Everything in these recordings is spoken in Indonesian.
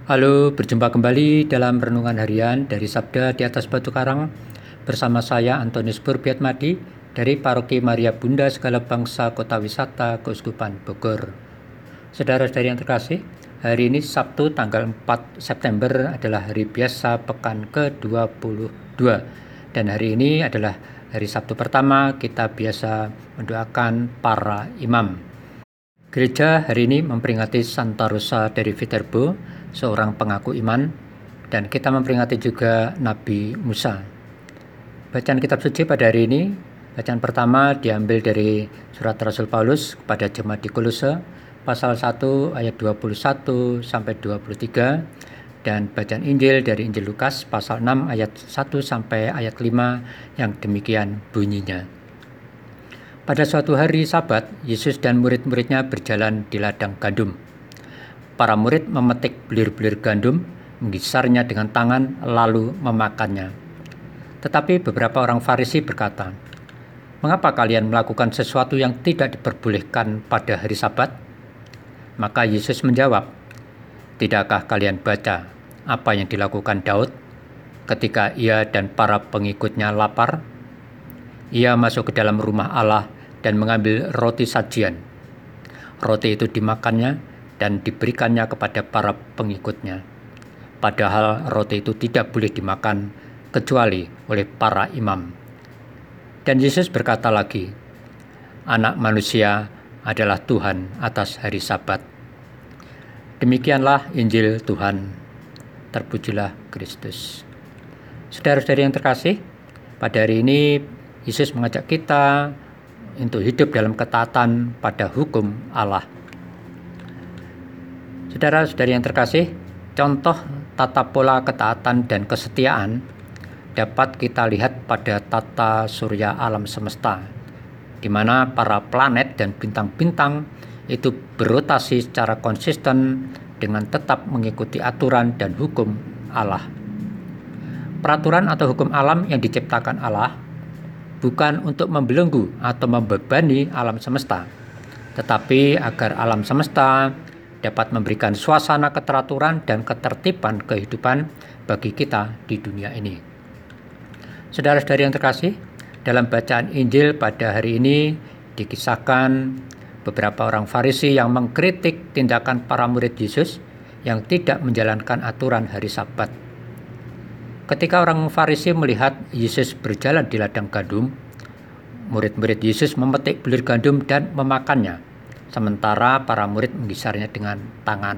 Halo, berjumpa kembali dalam Renungan Harian dari Sabda di atas Batu Karang bersama saya Antonius Burbiatmadi dari Paroki Maria Bunda Segala Bangsa Kota Wisata Keuskupan Bogor. Saudara-saudari yang terkasih, hari ini Sabtu tanggal 4 September adalah hari biasa pekan ke-22 dan hari ini adalah hari Sabtu pertama kita biasa mendoakan para imam. Gereja hari ini memperingati Santa Rosa dari Viterbo, seorang pengaku iman, dan kita memperingati juga Nabi Musa. Bacaan kitab suci pada hari ini, bacaan pertama diambil dari surat Rasul Paulus kepada jemaat di Kolose, pasal 1 ayat 21 sampai 23, dan bacaan Injil dari Injil Lukas pasal 6 ayat 1 sampai ayat 5 yang demikian bunyinya. Pada suatu hari Sabat, Yesus dan murid-muridnya berjalan di ladang gandum. Para murid memetik bulir-bulir gandum, menggisarnya dengan tangan, lalu memakannya. Tetapi beberapa orang Farisi berkata, "Mengapa kalian melakukan sesuatu yang tidak diperbolehkan pada hari Sabat?" Maka Yesus menjawab, "Tidakkah kalian baca apa yang dilakukan Daud ketika ia dan para pengikutnya lapar? Ia masuk ke dalam rumah Allah dan mengambil roti sajian. Roti itu dimakannya dan diberikannya kepada para pengikutnya. Padahal roti itu tidak boleh dimakan kecuali oleh para imam." Dan Yesus berkata lagi, "Anak manusia adalah Tuhan atas hari Sabat." Demikianlah Injil Tuhan. Terpujilah Kristus. Saudara-saudari yang terkasih, pada hari ini Yesus mengajak kita untuk hidup dalam ketaatan pada hukum Allah. Saudara-saudari yang terkasih, contoh tata pola ketaatan dan kesetiaan dapat kita lihat pada tata surya alam semesta, di mana para planet dan bintang-bintang itu berotasi secara konsisten dengan tetap mengikuti aturan dan hukum Allah. Peraturan atau hukum alam yang diciptakan Allah bukan untuk membelenggu atau membebani alam semesta, tetapi agar alam semesta dapat memberikan suasana keteraturan dan ketertiban kehidupan bagi kita di dunia ini. Saudara-saudari yang terkasih, dalam bacaan Injil pada hari ini dikisahkan beberapa orang Farisi yang mengkritik tindakan para murid Yesus yang tidak menjalankan aturan hari Sabat. Ketika orang Farisi melihat Yesus berjalan di ladang gandum, murid-murid Yesus memetik bulir gandum dan memakannya, sementara para murid menggisarnya dengan tangan.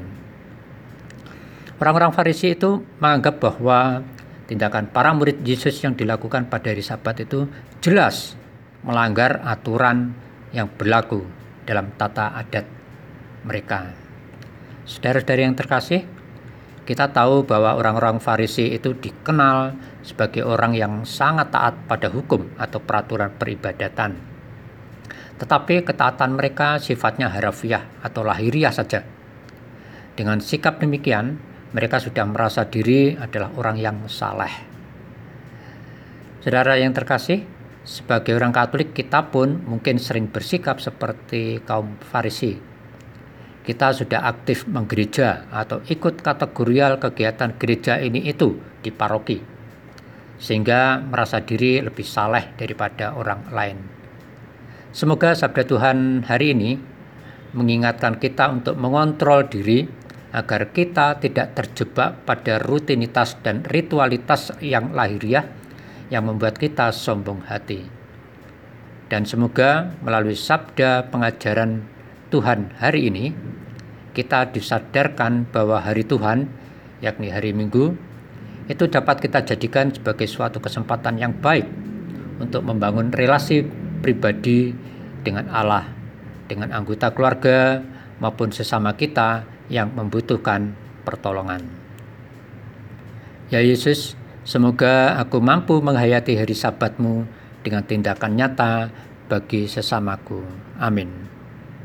Orang-orang Farisi itu menganggap bahwa tindakan para murid Yesus yang dilakukan pada hari Sabat itu jelas melanggar aturan yang berlaku dalam tata adat mereka. Saudara-saudari yang terkasih, kita tahu bahwa orang-orang Farisi itu dikenal sebagai orang yang sangat taat pada hukum atau peraturan peribadatan. Tetapi ketaatan mereka sifatnya harafiah atau lahiriah saja. Dengan sikap demikian, mereka sudah merasa diri adalah orang yang saleh. Saudara yang terkasih, sebagai orang Katolik kita pun mungkin sering bersikap seperti kaum Farisi. Kita sudah aktif menggereja atau ikut kategorial kegiatan gereja ini itu di paroki, sehingga merasa diri lebih saleh daripada orang lain. Semoga sabda Tuhan hari ini mengingatkan kita untuk mengontrol diri agar kita tidak terjebak pada rutinitas dan ritualitas yang lahiriah yang membuat kita sombong hati. Dan semoga melalui sabda pengajaran Tuhan hari ini, kita disadarkan bahwa hari Tuhan, yakni hari Minggu, itu dapat kita jadikan sebagai suatu kesempatan yang baik untuk membangun relasi pribadi dengan Allah, dengan anggota keluarga maupun sesama kita yang membutuhkan pertolongan. Ya Yesus, semoga aku mampu menghayati hari Sabat-Mu dengan tindakan nyata bagi sesamaku. Amin.